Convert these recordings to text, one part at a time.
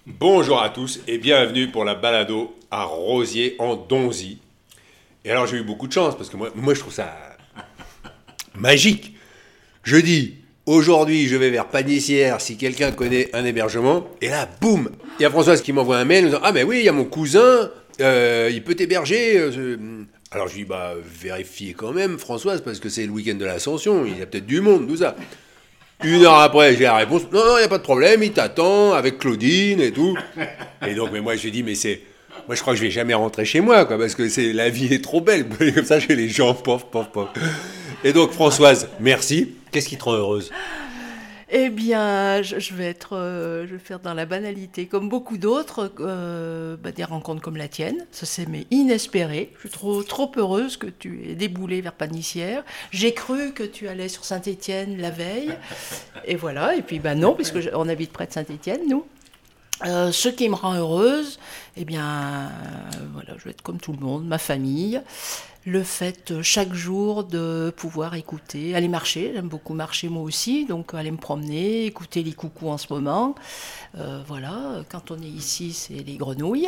Bonjour à tous et bienvenue pour la balado à Rosiers en Donzy. Et alors j'ai eu beaucoup de chance parce que moi je trouve ça magique. Je dis aujourd'hui je vais vers Panissière si quelqu'un connaît un hébergement. Et là boum, il y a Françoise qui m'envoie un mail en disant ah mais oui il y a mon cousin, il peut t'héberger. Alors je dis bah vérifiez quand même Françoise parce que c'est le week-end de l'Ascension, il y a peut-être du monde tout ça. Une heure après, j'ai la réponse. Non, non, il n'y a pas de problème, il t'attend avec Claudine et tout. Et donc, mais moi, je dis, mais c'est. Moi, je crois que je vais jamais rentrer chez moi, quoi, parce que la vie est trop belle. Comme ça, chez les gens, pof, pof, pof. Et donc, Françoise, merci. Qu'est-ce qui te rend heureuse? Eh bien, je vais faire dans la banalité, comme beaucoup d'autres, des rencontres comme la tienne. Ça c'est mais inespéré. Je suis trop heureuse que tu aies déboulé vers Panissière. J'ai cru que tu allais sur Saint-Étienne la veille. Et voilà. Et puis, non, puisque on habite près de Saint-Étienne, nous. Ce qui me rend heureuse, eh bien, voilà, je vais être comme tout le monde, ma famille. Le fait chaque jour de pouvoir écouter, aller marcher, j'aime beaucoup marcher moi aussi, donc aller me promener, écouter les coucous en ce moment. Voilà, quand on est ici, c'est les grenouilles.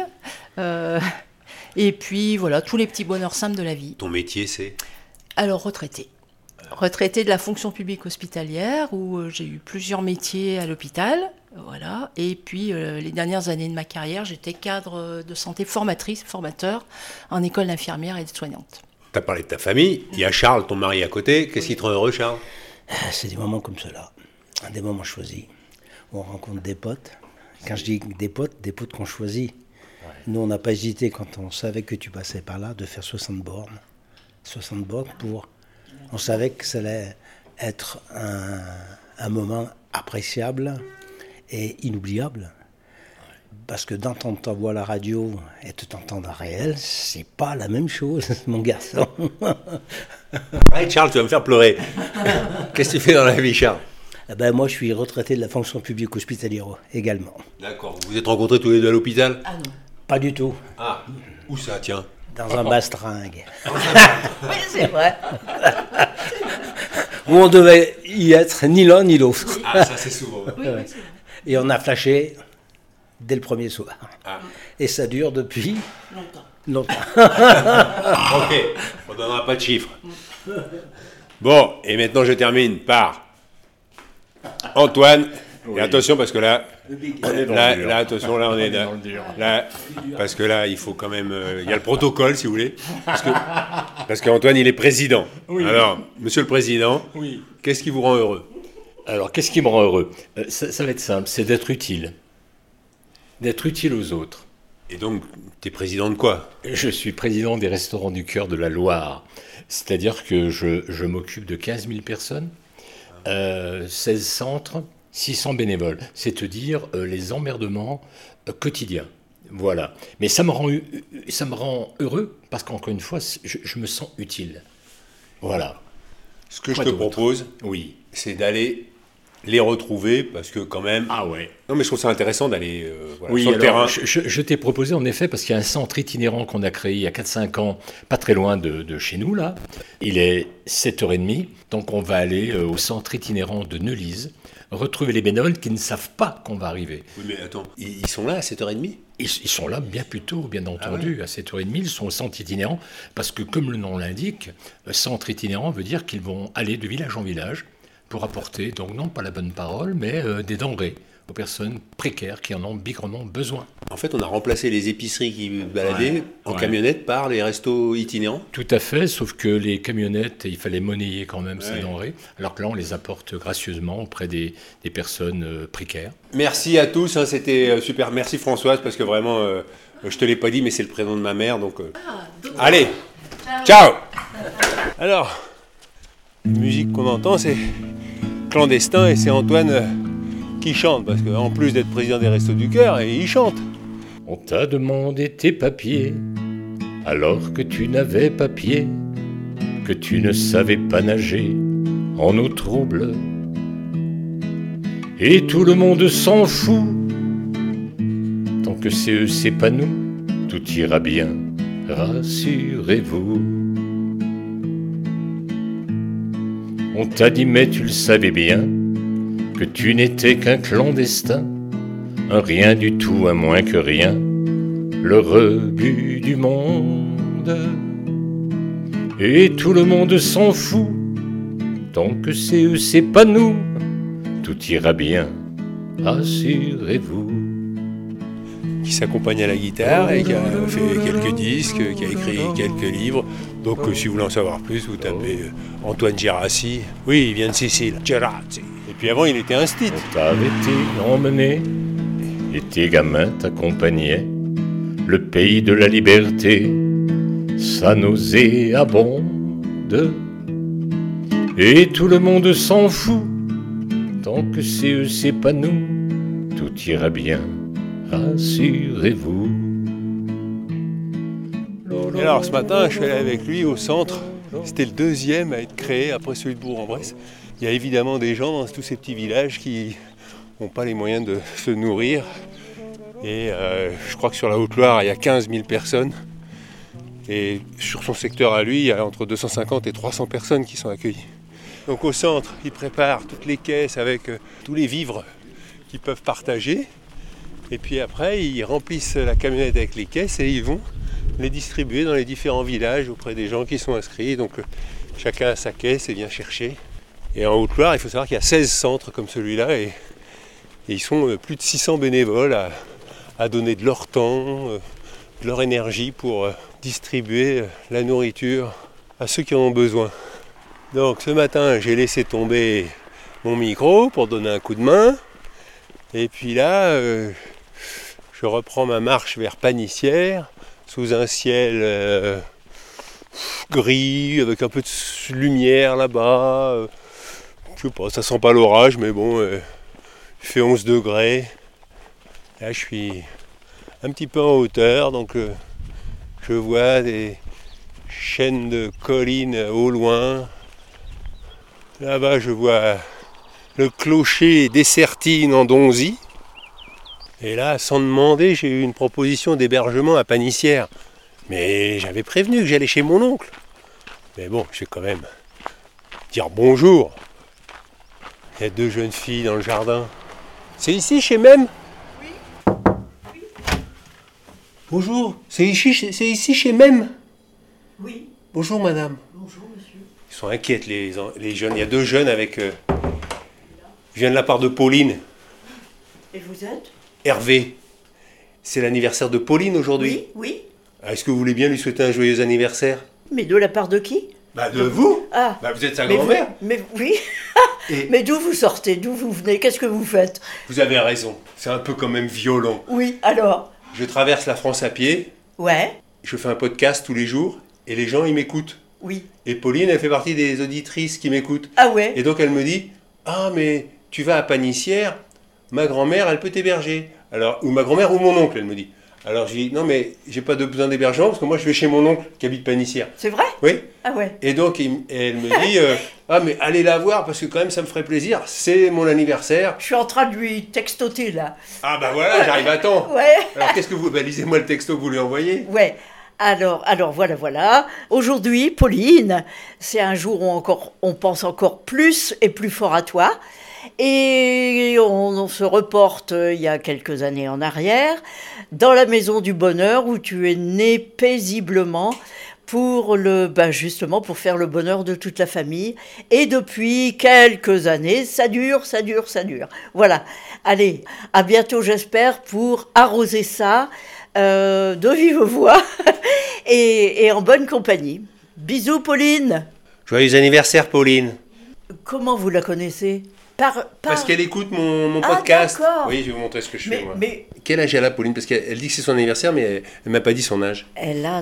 Et puis voilà, tous les petits bonheurs simples de la vie. Ton métier, c'est? Alors, retraité. Retraité de la fonction publique hospitalière, où j'ai eu plusieurs métiers à l'hôpital. Voilà. Et puis, les dernières années de ma carrière, j'étais cadre de santé formateur en école d'infirmière et de soignante. Tu as parlé de ta famille. Il y a Charles, ton mari, à côté. Qu'est-ce qui te rend heureux, Charles? C'est des moments comme cela, des moments choisis, où on rencontre des potes. Quand je dis des potes qu'on choisit. Ouais. Nous, on n'a pas hésité, quand on savait que tu passais par là, de faire 60 bornes. 60 bornes pour... On savait que ça allait être un moment appréciable et inoubliable. Parce que d'entendre ta voix à la radio et de t'entendre en réel, c'est pas la même chose, mon garçon. Arrête Charles, tu vas me faire pleurer. Qu'est-ce que tu fais dans la vie, Charles? Moi, je suis retraité de la fonction publique hospitalière également. D'accord. Vous vous êtes rencontrés tous les deux à l'hôpital? Ah non. Pas du tout. Ah, où ça, tiens? Dans un bastringue. Oui, c'est vrai. Où on devait y être ni l'un ni l'autre. Ah, ça c'est souvent. Oui, c'est vrai. Et on a flashé dès le premier soir. Ah. Et ça dure depuis longtemps. Ok, on ne donnera pas de chiffres. Bon, et maintenant je termine par Antoine. Oui. Et attention parce que là, attention, là on est là, parce que là il faut quand même, il y a le protocole si vous voulez, parce qu'Antoine il est président. Oui. Alors, Monsieur le Président, oui. Qu'est-ce qui vous rend heureux? Alors, qu'est-ce qui me rend heureux? Ça va être simple, c'est d'être utile aux autres. Et donc, tu es président de quoi? Je suis président des Restaurants du Cœur de la Loire, c'est-à-dire que je m'occupe de 15 000 personnes, 16 centres, 600 bénévoles, c'est te dire les emmerdements quotidiens. Voilà. Mais ça me rend heureux parce qu'encore une fois, je me sens utile. Voilà. Ce que je te propose, oui, c'est d'aller les retrouver parce que quand même... Ah ouais. Non mais je trouve ça intéressant d'aller oui, sur le terrain. Je t'ai proposé en effet parce qu'il y a un centre itinérant qu'on a créé il y a 4-5 ans, pas très loin de chez nous là. Il est 7h30, donc on va aller au centre itinérant de Neulise, retrouver les bénévoles qui ne savent pas qu'on va arriver. Oui mais attends, ils sont là à 7h30 ? Ils sont là bien plus tôt, bien entendu. À 7h30, ils sont au centre itinérant parce que comme le nom l'indique, centre itinérant veut dire qu'ils vont aller de village en village pour apporter, donc non pas la bonne parole, mais des denrées aux personnes précaires qui en ont bigrement besoin. En fait, on a remplacé les épiceries qui baladaient en camionnette par les restos itinérants. Tout à fait, sauf que les camionnettes, il fallait monnayer quand même ces denrées, alors que là, on les apporte gracieusement auprès des personnes précaires. Merci à tous, c'était super. Merci Françoise, parce que vraiment, je te l'ai pas dit, mais c'est le prénom de ma mère, donc... Allez, ciao. Alors, la musique qu'on entend, c'est clandestin, et c'est Antoine... qui chante, parce qu'en plus d'être président des Restos du Cœur, il chante. On t'a demandé tes papiers, alors que tu n'avais pas pied, que tu ne savais pas nager en eau trouble. Et tout le monde s'en fout, tant que c'est eux, c'est pas nous, tout ira bien, rassurez-vous. On t'a dit mais tu le savais bien, que tu n'étais qu'un clandestin, un rien du tout, un moins que rien, le rebut du monde. Et tout le monde s'en fout, tant que c'est eux, c'est pas nous, tout ira bien, assurez-vous. Qui s'accompagne à la guitare et qui a fait quelques disques, qui a écrit quelques livres. Donc si vous voulez en savoir plus, vous tapez Antoine Gérassi. Oui, il vient de Sicile, Gérassi. Et puis avant, il était un stit. On t'avait été emmené, et tes gamins t'accompagnaient. Le pays de la liberté, ça nauséabonde. Et tout le monde s'en fout, tant que c'est eux, c'est pas nous, tout ira bien, rassurez-vous. Et alors ce matin, je suis allé avec lui au centre. C'était le deuxième à être créé après celui de Bourg-en-Bresse. Il y a évidemment des gens dans tous ces petits villages qui n'ont pas les moyens de se nourrir. Et je crois que sur la Haute-Loire, il y a 15 000 personnes. Et sur son secteur à lui, il y a entre 250 et 300 personnes qui sont accueillies. Donc au centre, ils préparent toutes les caisses avec tous les vivres qu'ils peuvent partager. Et puis après, ils remplissent la camionnette avec les caisses et ils vont les distribuer dans les différents villages auprès des gens qui sont inscrits. Donc chacun a sa caisse et vient chercher. Et en Haute-Loire, il faut savoir qu'il y a 16 centres comme celui-là et ils sont plus de 600 bénévoles à donner de leur temps, de leur énergie pour distribuer la nourriture à ceux qui en ont besoin. Donc ce matin, j'ai laissé tomber mon micro pour donner un coup de main. Et puis là, je reprends ma marche vers Panissière, sous un ciel gris, avec un peu de lumière là-bas. Je sais pas, ça sent pas l'orage, mais bon, il fait 11 degrés. Là, je suis un petit peu en hauteur, donc je vois des chaînes de collines au loin. Là-bas, je vois le clocher d'Essertine en Donzy. Et là, sans demander, j'ai eu une proposition d'hébergement à Panissière. Mais j'avais prévenu que j'allais chez mon oncle. Mais bon, je vais quand même dire bonjour. Il y a 2 jeunes filles dans le jardin. C'est ici, chez Même ? Oui. Bonjour, c'est ici, chez Même ? Oui. Bonjour, madame. Bonjour, monsieur. Ils sont inquiets, les jeunes. Il y a 2 jeunes avec... Je viens de la part de Pauline. Et vous êtes ? Hervé. C'est l'anniversaire de Pauline aujourd'hui. Oui. Est-ce que vous voulez bien lui souhaiter un joyeux anniversaire ? Mais de la part de qui ? Bah de vous. Ah. Bah vous êtes sa grand-mère. Mais oui. Et Mais d'où vous sortez ? D'où vous venez ? Qu'est-ce que vous faites ? vous avez raison. C'est un peu quand même violent. Oui, alors ? Je traverse la France à pied. Ouais. Je fais un podcast tous les jours. Et les gens, ils m'écoutent. Oui. Et Pauline, elle fait partie des auditrices qui m'écoutent. Ah ouais. Et donc elle me dit, ah mais tu vas à Panissière, ma grand-mère, elle peut t'héberger. Alors, ou ma grand-mère ou mon oncle, elle me dit. Alors j'ai dit, non mais j'ai pas de besoin d'hébergement parce que moi je vais chez mon oncle qui habite Panissière. C'est vrai ? Oui. Ah ouais. Et donc elle me dit, ah mais allez la voir parce que quand même ça me ferait plaisir, c'est mon anniversaire. Je suis en train de lui textoter là. Ah bah voilà, j'arrive à temps. Ouais. Alors qu'est-ce que vous... Bah, lisez-moi le texto que vous lui envoyez. Ouais. Alors voilà. Aujourd'hui, Pauline, c'est un jour où on pense encore plus et plus fort à toi. Et on se reporte il y a quelques années en arrière, dans la maison du bonheur où tu es né paisiblement justement pour faire le bonheur de toute la famille. Et depuis quelques années, ça dure. Voilà. Allez, à bientôt j'espère pour arroser ça de vive voix et en bonne compagnie. Bisous Pauline. Joyeux anniversaire Pauline. Comment vous la connaissez ? Parce qu'elle écoute mon podcast. D'accord. Oui, je vais vous montrer ce que je fais moi. Mais Quel âge elle a Pauline ? Parce qu'elle dit que c'est son anniversaire mais elle m'a pas dit son âge. elle a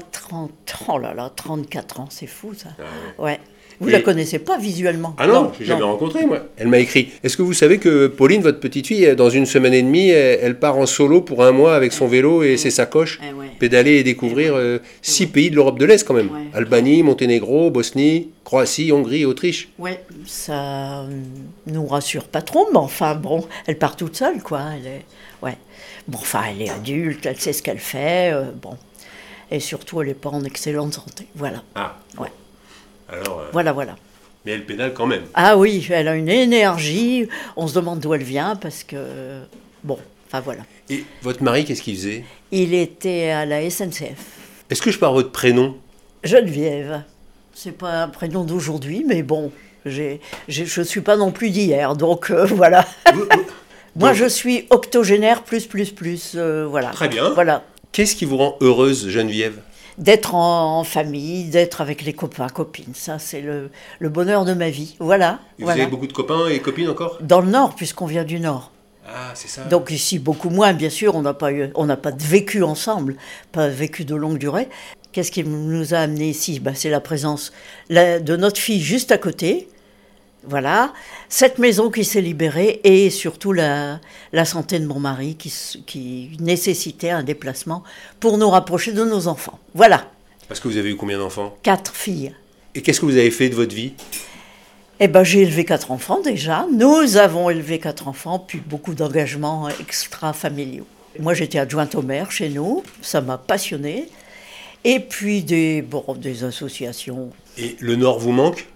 34 ans, c'est fou ça. Ah ouais. Ouais. Vous la connaissez pas visuellement ? Ah non, je l'ai jamais rencontrée, moi. Elle m'a écrit. Est-ce que vous savez que Pauline, votre petite fille, dans 1 semaine et demie, elle part en solo pour 1 mois avec son vélo et ses sacoches, pédaler et découvrir 6 pays de l'Europe de l'Est quand même. Ouais. Albanie, Monténégro, Bosnie, Croatie, Hongrie, Autriche. Ouais, ça nous rassure pas trop, mais enfin bon, elle part toute seule, quoi. Elle est adulte, elle sait ce qu'elle fait, bon. Et surtout, elle n'est pas en excellente santé. Voilà. Ah. Ouais. Alors. Voilà. Mais elle pédale quand même. Ah oui, elle a une énergie. On se demande d'où elle vient parce que, bon, Enfin voilà. Et votre mari, qu'est-ce qu'il faisait? Il était à la SNCF. Est-ce que je parle votre prénom? Geneviève. C'est pas un prénom d'aujourd'hui, mais bon, je suis pas non plus d'hier, donc voilà. Moi, je suis octogénaire plus, voilà. Très bien. Voilà. Qu'est-ce qui vous rend heureuse, Geneviève? D'être en famille, d'être avec les copains, copines. Ça, c'est le bonheur de ma vie. Voilà. Et vous voilà. avez beaucoup de copains et copines encore? Dans le Nord, puisqu'on vient du Nord. Ah, c'est ça. Donc ici, beaucoup moins, bien sûr. On n'a pas de vécu ensemble, pas vécu de longue durée. Qu'est-ce qui nous a amenés ici? C'est la présence de notre fille juste à côté. Voilà, cette maison qui s'est libérée et surtout la santé de mon mari qui nécessitait un déplacement pour nous rapprocher de nos enfants. Voilà. Parce que vous avez eu combien d'enfants? 4 filles. Et qu'est-ce que vous avez fait de votre vie? J'ai élevé 4 enfants déjà. Nous avons élevé 4 enfants, puis beaucoup d'engagements extra-familiaux. Moi, j'étais adjointe au maire chez nous, ça m'a passionnée. Et puis des associations. Et le Nord vous manque?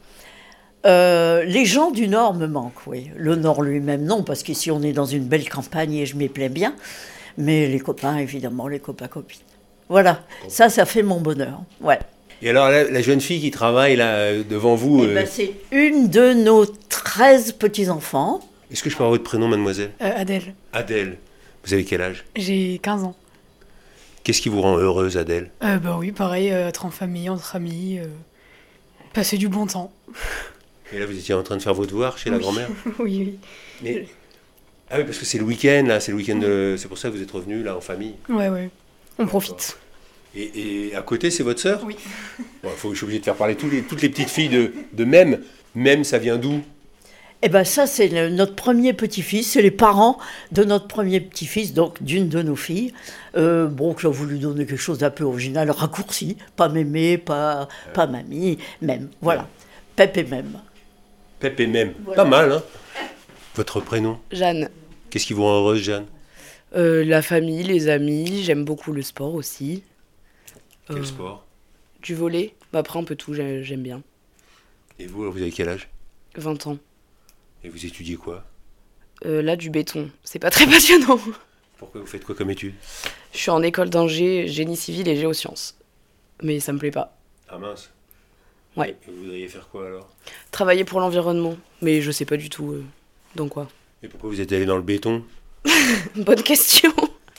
Les gens du Nord me manquent, oui. Le Nord lui-même, non, parce qu'ici, on est dans une belle campagne et je m'y plais bien. Mais les copains, évidemment, les copains-copines. Voilà, ça fait mon bonheur, ouais. Et alors, la jeune fille qui travaille là, devant vous... C'est une de nos 13 petits-enfants. Est-ce que je peux avoir votre prénom, mademoiselle? Adèle. Adèle. Vous avez quel âge? J'ai 15 ans. Qu'est-ce qui vous rend heureuse, Adèle? Oui, pareil, être en famille, entre amis, passer du bon temps. Et là, vous étiez en train de faire vos devoirs chez la grand-mère? Oui. Mais... Ah oui, parce que c'est le week-end, là, c'est le week-end de... C'est pour ça que vous êtes revenus, là, en famille. Ouais, on profite. Et à côté, c'est votre sœur? Oui. Bon, je suis obligé de faire parler toutes les petites filles de Même. Même, ça vient d'où? Ça, c'est notre premier petit-fils, c'est les parents de notre premier petit-fils, donc d'une de nos filles. Qui a voulu donner quelque chose d'un peu original, raccourci, pas mémé, pas mamie, Même, voilà. Pep et Même. Pep et Même, Voilà. pas mal, hein? Votre prénom? Jeanne. Qu'est-ce qui vous rend heureuse, Jeanne? La famille, les amis, j'aime beaucoup le sport aussi. Quel sport? Du volley, après un peu tout, j'aime bien. Et vous, alors, vous avez quel âge? 20 ans. Et vous étudiez quoi? Là, du béton, c'est pas très passionnant. Pourquoi vous faites quoi comme études? Je suis en école d'ingé, génie civil et géosciences. Mais ça me plaît pas. Ah mince. Ouais. Et vous voudriez faire quoi alors? Travailler pour l'environnement, mais je sais pas du tout dans quoi. Et pourquoi vous êtes allé dans le béton? Bonne question.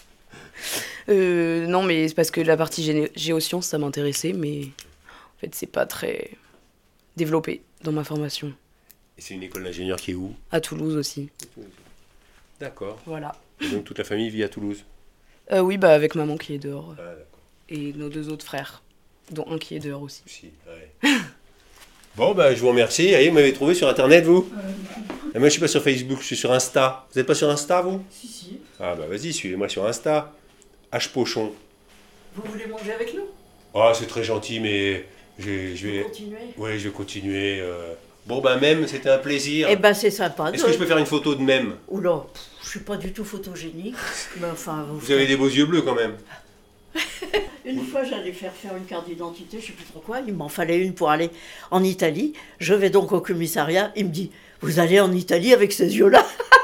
Non, mais c'est parce que la partie géosciences, ça m'intéressait, mais en fait, c'est pas très développé dans ma formation. Et c'est une école d'ingénieur qui est où? À Toulouse aussi. D'accord. Voilà. Et donc toute la famille vit à Toulouse? Oui, avec maman qui est dehors. Ah, d'accord. Et nos 2 autres frères, dont un qui est dehors aussi. Ouais. Bon, je vous remercie. Allez, vous m'avez trouvé sur Internet, vous? Et moi, je suis pas sur Facebook, je suis sur Insta. Vous n'êtes pas sur Insta, vous? Si. Ah vas-y, suivez-moi sur Insta. H Pochon. Vous voulez manger avec nous? Ah, c'est très gentil, mais je vais... Continuer. Oui, je vais continuer. Même, c'était un plaisir. C'est sympa. Est-ce que je peux faire une photo de Même? Oula, je suis pas du tout photogénique. Mais enfin, Vous avez des beaux yeux bleus quand même. Une fois, j'allais faire une carte d'identité, je sais plus trop quoi. Il m'en fallait une pour aller en Italie. Je vais donc au commissariat. Il me dit, vous allez en Italie avec ces yeux-là?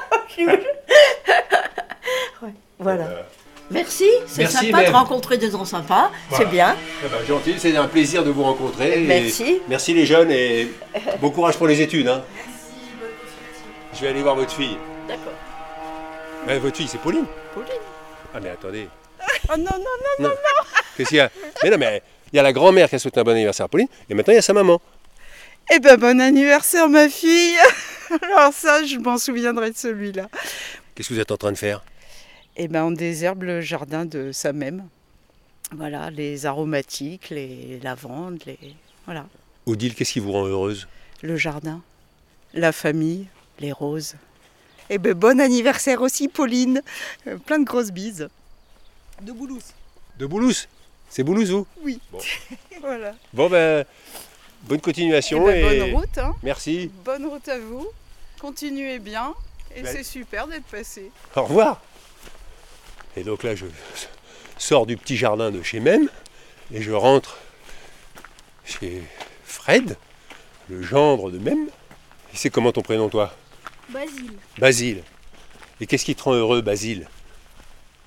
Ouais, voilà. Merci, c'est Merci, sympa de Même. rencontrer des gens sympas. Voilà. C'est bien. Gentil, c'est un plaisir de vous rencontrer. Merci. Merci les jeunes et bon courage pour les études. Hein. Je vais aller voir votre fille. D'accord. Votre fille, c'est Pauline? Pauline. Ah mais attendez. Oh non. Qu'est-ce qu'il y a? Mais non, mais il y a la grand-mère qui a souhaité un bon anniversaire à Pauline et maintenant il y a sa maman. Eh ben, bon anniversaire, ma fille. Alors ça, je m'en souviendrai de celui-là. Qu'est-ce que vous êtes en train de faire? Eh ben, on désherbe le jardin de sa même. Voilà, les aromatiques, les lavandes, voilà. Odile, qu'est-ce qui vous rend heureuse? Le jardin, la famille, les roses. Eh ben, bon anniversaire aussi, Pauline. Plein de grosses bises. De Boulouse. De Boulouse? C'est Boulouse, vous? Oui. Bon. Voilà. Bon, bonne continuation. Eh ben, bonne route. Hein. Merci. Bonne route à vous. Continuez bien. Et Ben- c'est super d'être passé. Au revoir. Et donc là, je sors du petit jardin de chez Même et je rentre chez Fred, le gendre de Même. Et c'est comment ton prénom, toi? Basile. Basile. Et qu'est-ce qui te rend heureux, Basile?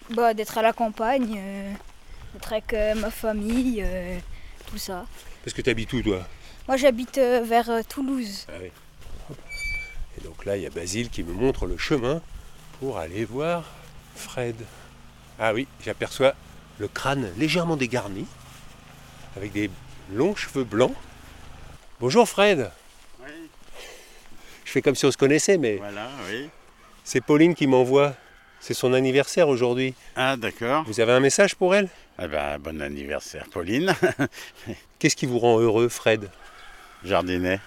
D'être à la campagne, d'être avec ma famille, tout ça. Parce que tu habites où, toi? Moi, j'habite vers Toulouse. Ah oui. Et donc là, il y a Basile qui me montre le chemin pour aller voir Fred. Ah oui, j'aperçois le crâne légèrement dégarni, avec des longs cheveux blancs. Bonjour Fred. Oui. Je fais comme si on se connaissait, mais Voilà, oui. c'est Pauline qui m'envoie. C'est son anniversaire aujourd'hui. Ah, d'accord. Vous avez un message pour elle? Eh ben, bon anniversaire, Pauline. Qu'est-ce qui vous rend heureux, Fred? Jardiner.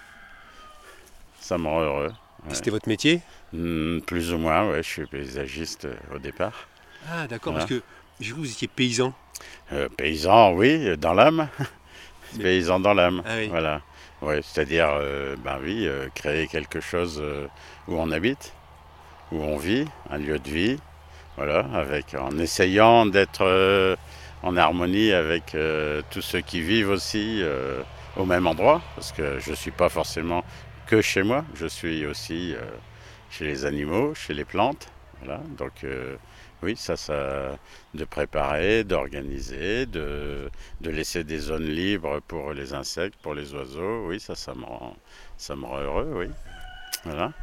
Ça me rend heureux. Ouais. C'était votre métier? Plus ou moins, ouais. Je suis paysagiste au départ. Ah d'accord, Voilà. parce que j'ai vu que vous étiez paysan. Paysan, oui, dans l'âme. Mais- Paysan dans l'âme. Ah oui. Voilà. Ouais, c'est-à-dire, créer quelque chose où on habite, où on vit, un lieu de vie. Voilà, en essayant d'être en harmonie avec tous ceux qui vivent aussi au même endroit, parce que je ne suis pas forcément que chez moi, je suis aussi chez les animaux, chez les plantes. Voilà, donc oui, ça, de préparer, d'organiser, de laisser des zones libres pour les insectes, pour les oiseaux, oui, ça me rend heureux, oui. Voilà.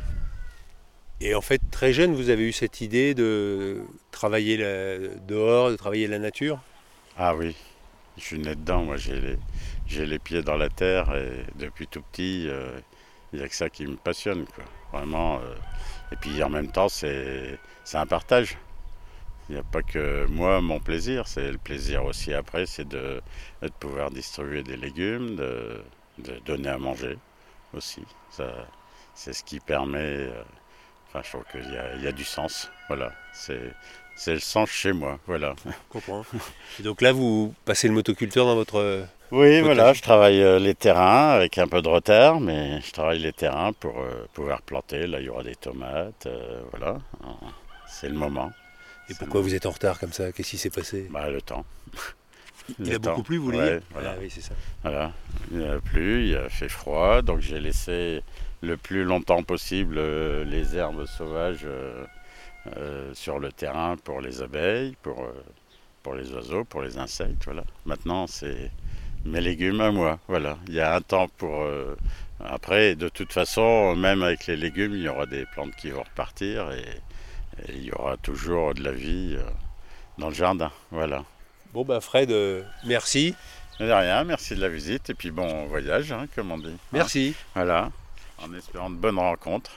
Et en fait, très jeune, vous avez eu cette idée de travailler dehors, de travailler la nature? Ah oui, je suis né dedans, moi j'ai les pieds dans la terre et depuis tout petit, il n'y a que ça qui me passionne, quoi. Vraiment. Et puis en même temps, c'est un partage. Il n'y a pas que moi, mon plaisir, c'est le plaisir aussi après, c'est de pouvoir distribuer des légumes, de donner à manger aussi. Ça, c'est ce qui permet. Enfin, je trouve qu'il y a du sens. Voilà, c'est le sens chez moi. Voilà. Je comprends. Et donc là, vous passez le motoculteur dans votre... Oui, potager. voilà, je travaille les terrains avec un peu de retard, mais je travaille les terrains pour pouvoir planter. Là, il y aura des tomates. Voilà, c'est le moment. Et pourquoi vous êtes en retard comme ça? Qu'est-ce qui s'est passé? Le temps. Il a beaucoup plu, vous voulez Ouais, dire? voilà. Ah oui, c'est ça. Voilà, il a plu, il a fait froid, donc j'ai laissé le plus longtemps possible les herbes sauvages sur le terrain pour les abeilles, pour les oiseaux, pour les insectes. Voilà. Maintenant, c'est mes légumes à moi. Voilà. Il y a un temps pour... Après, de toute façon, même avec les légumes, il y aura des plantes qui vont repartir et il y aura toujours de la vie dans le jardin. Voilà. Bon, Fred, merci. De rien, merci de la visite et puis bon voyage, hein, comme on dit. Merci. Voilà, en espérant de bonnes rencontres.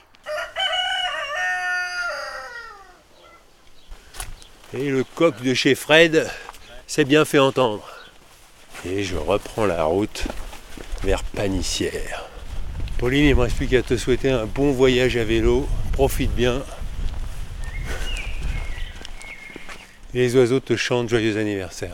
Et le coq de chez Fred s'est bien fait entendre. Et je reprends la route vers Panissière. Pauline, il ne me reste plus qu'à te souhaiter un bon voyage à vélo. Profite bien. Et les oiseaux te chantent joyeux anniversaire.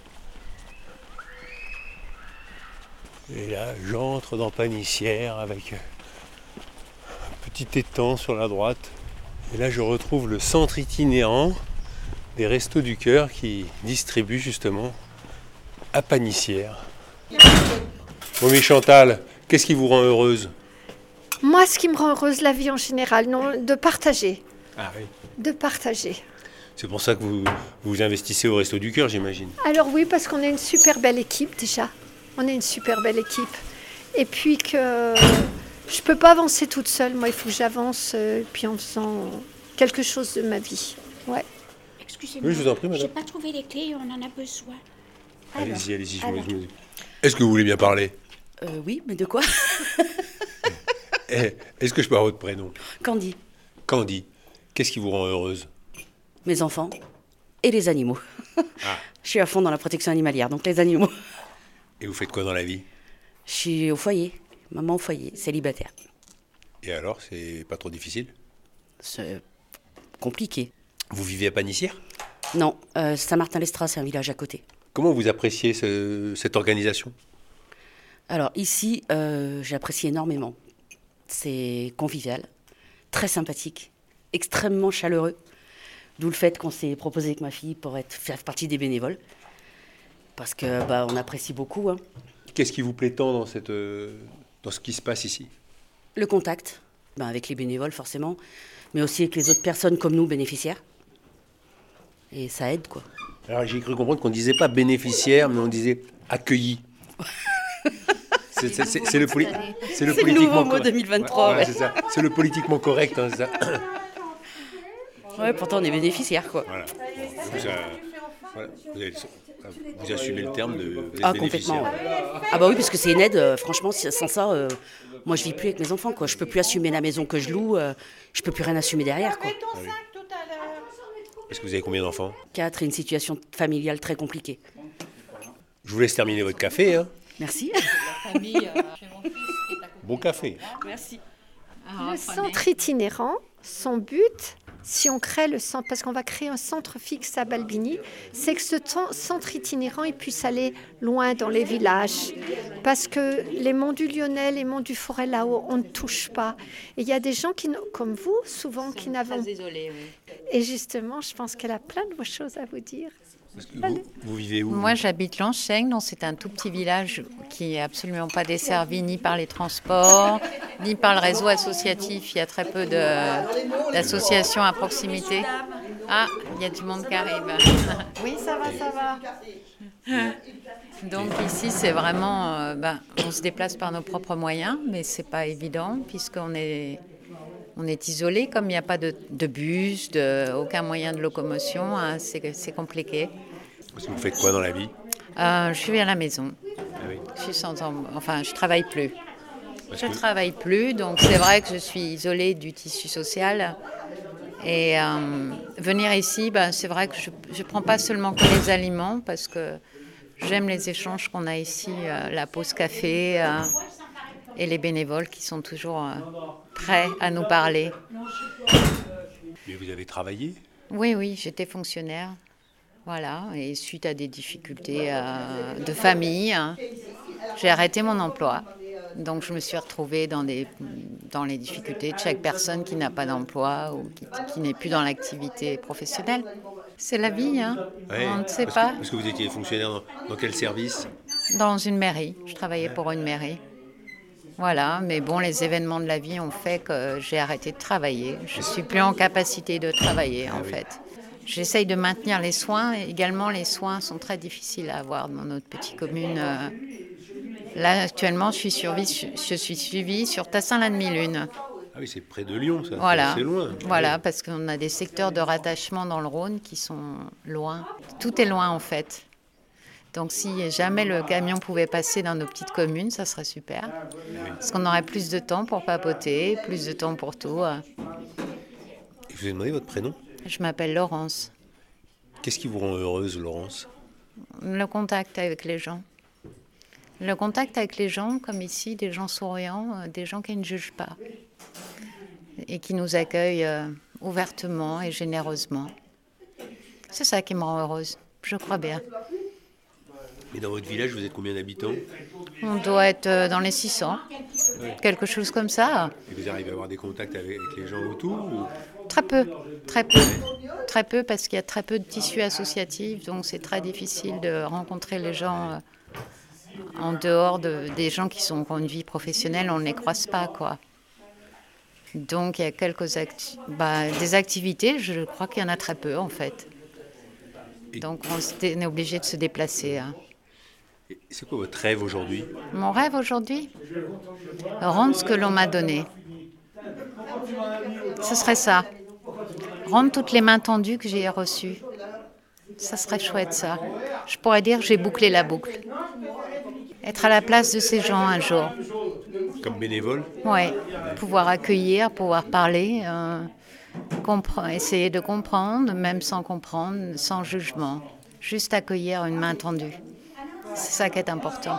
Et là, j'entre dans Panissière avec un petit étang sur la droite. Et là, je retrouve le centre itinérant des Restos du Cœur qui distribuent justement à Panissière. Bon, mais Chantal, qu'est-ce qui vous rend heureuse? Moi, ce qui me rend heureuse, la vie en général, non, de partager. Ah oui. De partager. C'est pour ça que vous investissez au Restos du Cœur, j'imagine. Alors oui, parce qu'on est une super belle équipe déjà. On est une super belle équipe. Et puis que je peux pas avancer toute seule. Moi, il faut que j'avance puis en faisant quelque chose de ma vie. Ouais. Excusez-moi, Oui, je vous en prie, madame. j'ai pas trouvé les clés, on en a besoin. Allez-y, allez-y, je alors. me... Est-ce que vous voulez bien parler? Oui, mais de quoi? Est-ce que je peux avoir votre prénom? Candy. Candy. Qu'est-ce qui vous rend heureuse? Mes enfants et les animaux. Ah. Je suis à fond dans la protection animalière, donc les animaux. Et vous faites quoi dans la vie? Je suis au foyer, maman au foyer, célibataire. Et alors, c'est pas trop difficile? C'est compliqué. Vous vivez à Panissière? Non, Saint-Martin-l'Estras, c'est un village à côté. Comment vous appréciez cette organisation? Alors ici, j'apprécie énormément. C'est convivial, très sympathique, extrêmement chaleureux. D'où le fait qu'on s'est proposé avec ma fille pour faire partie des bénévoles. Parce que on apprécie beaucoup. Hein. Qu'est-ce qui vous plaît tant dans ce qui se passe ici? Le contact, avec les bénévoles forcément, mais aussi avec les autres personnes comme nous, bénéficiaires. Et ça aide, quoi. Alors j'ai cru comprendre qu'on ne disait pas bénéficiaire, mais on disait accueilli. C'est le nouveau mot 2023. Ouais, c'est ça. C'est le politiquement correct, hein, c'est ça. Ouais, pourtant on est bénéficiaire, quoi. Voilà. Vous assumez le terme de vous êtes Complètement. bénéficiaire. Ouais. Ah bah oui, parce que c'est une aide. Franchement, sans ça, moi je vis plus avec mes enfants, quoi. Je peux plus assumer la maison que je loue. Je peux plus rien assumer derrière, quoi. Ah oui. Est-ce que vous avez combien d'enfants? 4 et une situation familiale très compliquée. Je vous laisse terminer votre café. Hein. Merci. Bon café. Merci. Le centre itinérant, son but, si on crée le centre, parce qu'on va créer un centre fixe à Balbini, c'est que ce centre itinérant il puisse aller loin dans les villages. Parce que les monts du Lyonnais, les monts du Forêt là-haut, on ne touche pas. Et il y a des gens qui, comme vous, souvent, qui n'avons pas. Oui. Et justement, je pense qu'elle a plein de choses à vous dire. Vous vivez où? Moi, j'habite Lancheng, donc c'est un tout petit village qui n'est absolument pas desservi ni par les transports, ni par le réseau associatif. Il y a très peu d'associations à proximité. Ah, il y a du monde qui arrive. Oui, ça va. Donc ici, c'est vraiment... on se déplace par nos propres moyens, mais ce n'est pas évident, puisqu'on est isolé, comme il n'y a pas de bus, aucun moyen de locomotion, hein, c'est compliqué. Parce que vous faites quoi dans la vie? Je suis à la maison. Ah oui. Je travaille plus. Je travaille plus, donc c'est vrai que je suis isolée du tissu social. Et venir ici, c'est vrai que je ne prends pas seulement que les aliments, parce que j'aime les échanges qu'on a ici, la pause café et les bénévoles qui sont toujours prêts à nous parler. Mais vous avez travaillé? Oui, j'étais fonctionnaire. Voilà, et suite à des difficultés de famille, j'ai arrêté mon emploi. Donc je me suis retrouvée dans les difficultés de chaque personne qui n'a pas d'emploi ou qui n'est plus dans l'activité professionnelle. C'est la vie, hein. Ouais, On ne sait pas. Parce que vous étiez fonctionnaire dans quel service? Dans une mairie. Je travaillais pour une mairie. Voilà, mais bon, les événements de la vie ont fait que j'ai arrêté de travailler. Je ne suis plus en capacité de travailler, en fait. J'essaye de maintenir les soins. Également, les soins sont très difficiles à avoir dans notre petite commune. Là, actuellement, je suis suivie sur Tassin-la-Demi-Lune. Ah oui, c'est près de Lyon, ça. Voilà. C'est loin. Voilà, parce qu'on a des secteurs de rattachement dans le Rhône qui sont loin. Tout est loin, en fait. Donc, si jamais le camion pouvait passer dans nos petites communes, ça serait super. Parce qu'on aurait plus de temps pour papoter, plus de temps pour tout. Et vous avez demandé votre prénom? Je m'appelle Laurence. Qu'est-ce qui vous rend heureuse, Laurence? Le contact avec les gens. Le contact avec les gens, comme ici, des gens souriants, des gens qui ne jugent pas et qui nous accueillent ouvertement et généreusement. C'est ça qui me rend heureuse, je crois bien. Et dans votre village, vous êtes combien d'habitants? On doit être dans les 600, quelque chose comme ça. Et vous arrivez à avoir des contacts avec les gens autour ou... Très peu, parce qu'il y a très peu de tissu associatif, donc c'est très difficile de rencontrer les gens en dehors des gens qui ont une vie professionnelle, on ne les croise pas, quoi. Donc il y a quelques des activités, je crois qu'il y en a très peu en fait. Donc on est obligé de se déplacer. Hein. C'est quoi votre rêve aujourd'hui? Mon rêve aujourd'hui? Rendre ce que l'on m'a donné. Ce serait ça. Rendre toutes les mains tendues que j'ai reçues. Ça serait chouette, ça. Je pourrais dire que j'ai bouclé la boucle. Être à la place de ces gens un jour. Comme bénévole? Oui. Pouvoir accueillir, pouvoir parler, essayer de comprendre, même sans comprendre, sans jugement. Juste accueillir une main tendue. C'est ça qui est important.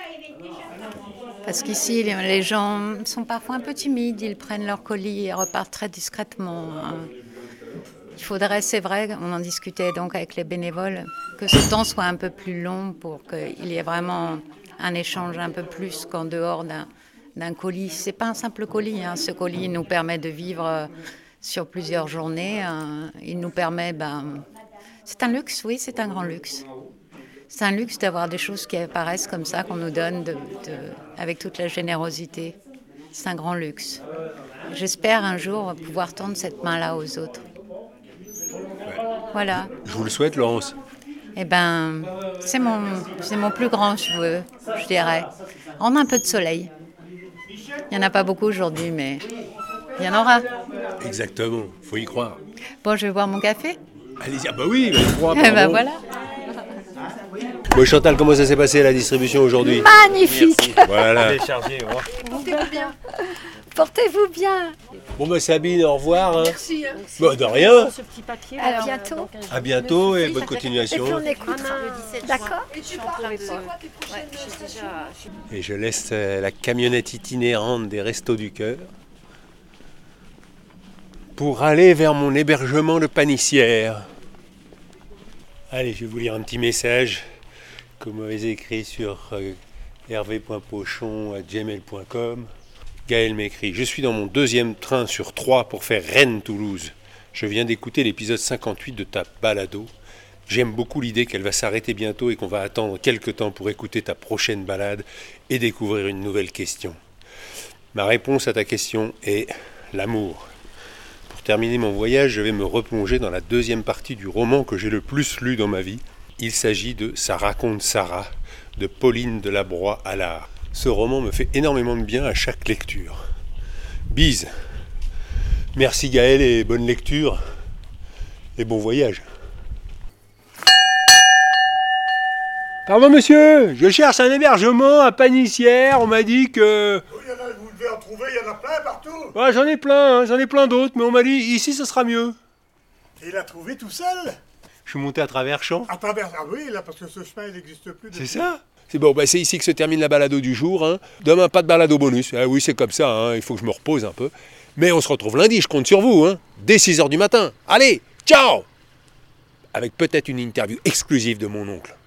Parce qu'ici, les gens sont parfois un peu timides, ils prennent leur colis et repartent très discrètement. Il faudrait, c'est vrai, on en discutait donc avec les bénévoles, que ce temps soit un peu plus long pour qu'il y ait vraiment un échange un peu plus qu'en dehors d'un colis. C'est pas un simple colis, hein. Ce colis nous permet de vivre sur plusieurs journées. Il nous permet, c'est un luxe, oui, c'est un grand luxe. C'est un luxe d'avoir des choses qui apparaissent comme ça, qu'on nous donne avec toute la générosité. C'est un grand luxe. J'espère un jour pouvoir tendre cette main-là aux autres. Ouais. Voilà. Je vous le souhaite, Laurence. Eh ben, c'est mon plus grand souhait, je dirais. On a un peu de soleil. Il n'y en a pas beaucoup aujourd'hui, mais il y en aura. Exactement, faut y croire. Bon, je vais boire mon café. Allez-y, ah bah oui, bah, je crois, Eh ben pardon. voilà. Bon, Chantal, comment ça s'est passé la distribution aujourd'hui? Magnifique. Voilà. Portez-vous bien. Portez-vous bien. Bon bah Sabine, au revoir. Hein. Merci. Bon, de rien. Ce petit papier. À bientôt. À bientôt et bonne Et continuation. puis on écoutera. D'accord. Et je laisse la camionnette itinérante des Restos du Cœur pour aller vers mon hébergement de panissière. Allez, je vais vous lire un petit message que vous m'avez écrit sur hervé.pochon@gmail.com. Gaël m'écrit: je suis dans mon 2e train sur 3 pour faire Rennes-Toulouse. Je viens d'écouter l'épisode 58 de ta balado. J'aime beaucoup l'idée qu'elle va s'arrêter bientôt et qu'on va attendre quelques temps pour écouter ta prochaine balade et découvrir une nouvelle question. Ma réponse à ta question est l'amour. Pour terminer mon voyage, je vais me replonger dans la 2e partie du roman que j'ai le plus lu dans ma vie. Il s'agit de Ça raconte Sarah, de Pauline Delabroix-Allard. Ce roman me fait énormément de bien à chaque lecture. Bise. Merci Gaël et bonne lecture et bon voyage. Pardon monsieur, je cherche un hébergement à Panissière, on m'a dit que... Vous devez en trouver, il y en a plein partout. Ouais, j'en ai plein d'autres, mais on m'a dit ici ce sera mieux. Et il a trouvé tout seul. Je suis monté à travers champs. À travers, ah oui, là, parce que ce chemin, il n'existe plus. C'est ça? C'est bon, bah c'est ici que se termine la balado du jour. Hein. Demain, pas de balado bonus. Ah oui, c'est comme ça, hein. Il faut que je me repose un peu. Mais on se retrouve lundi, je compte sur vous, hein. Dès 6h du matin. Allez, ciao! Avec peut-être une interview exclusive de mon oncle.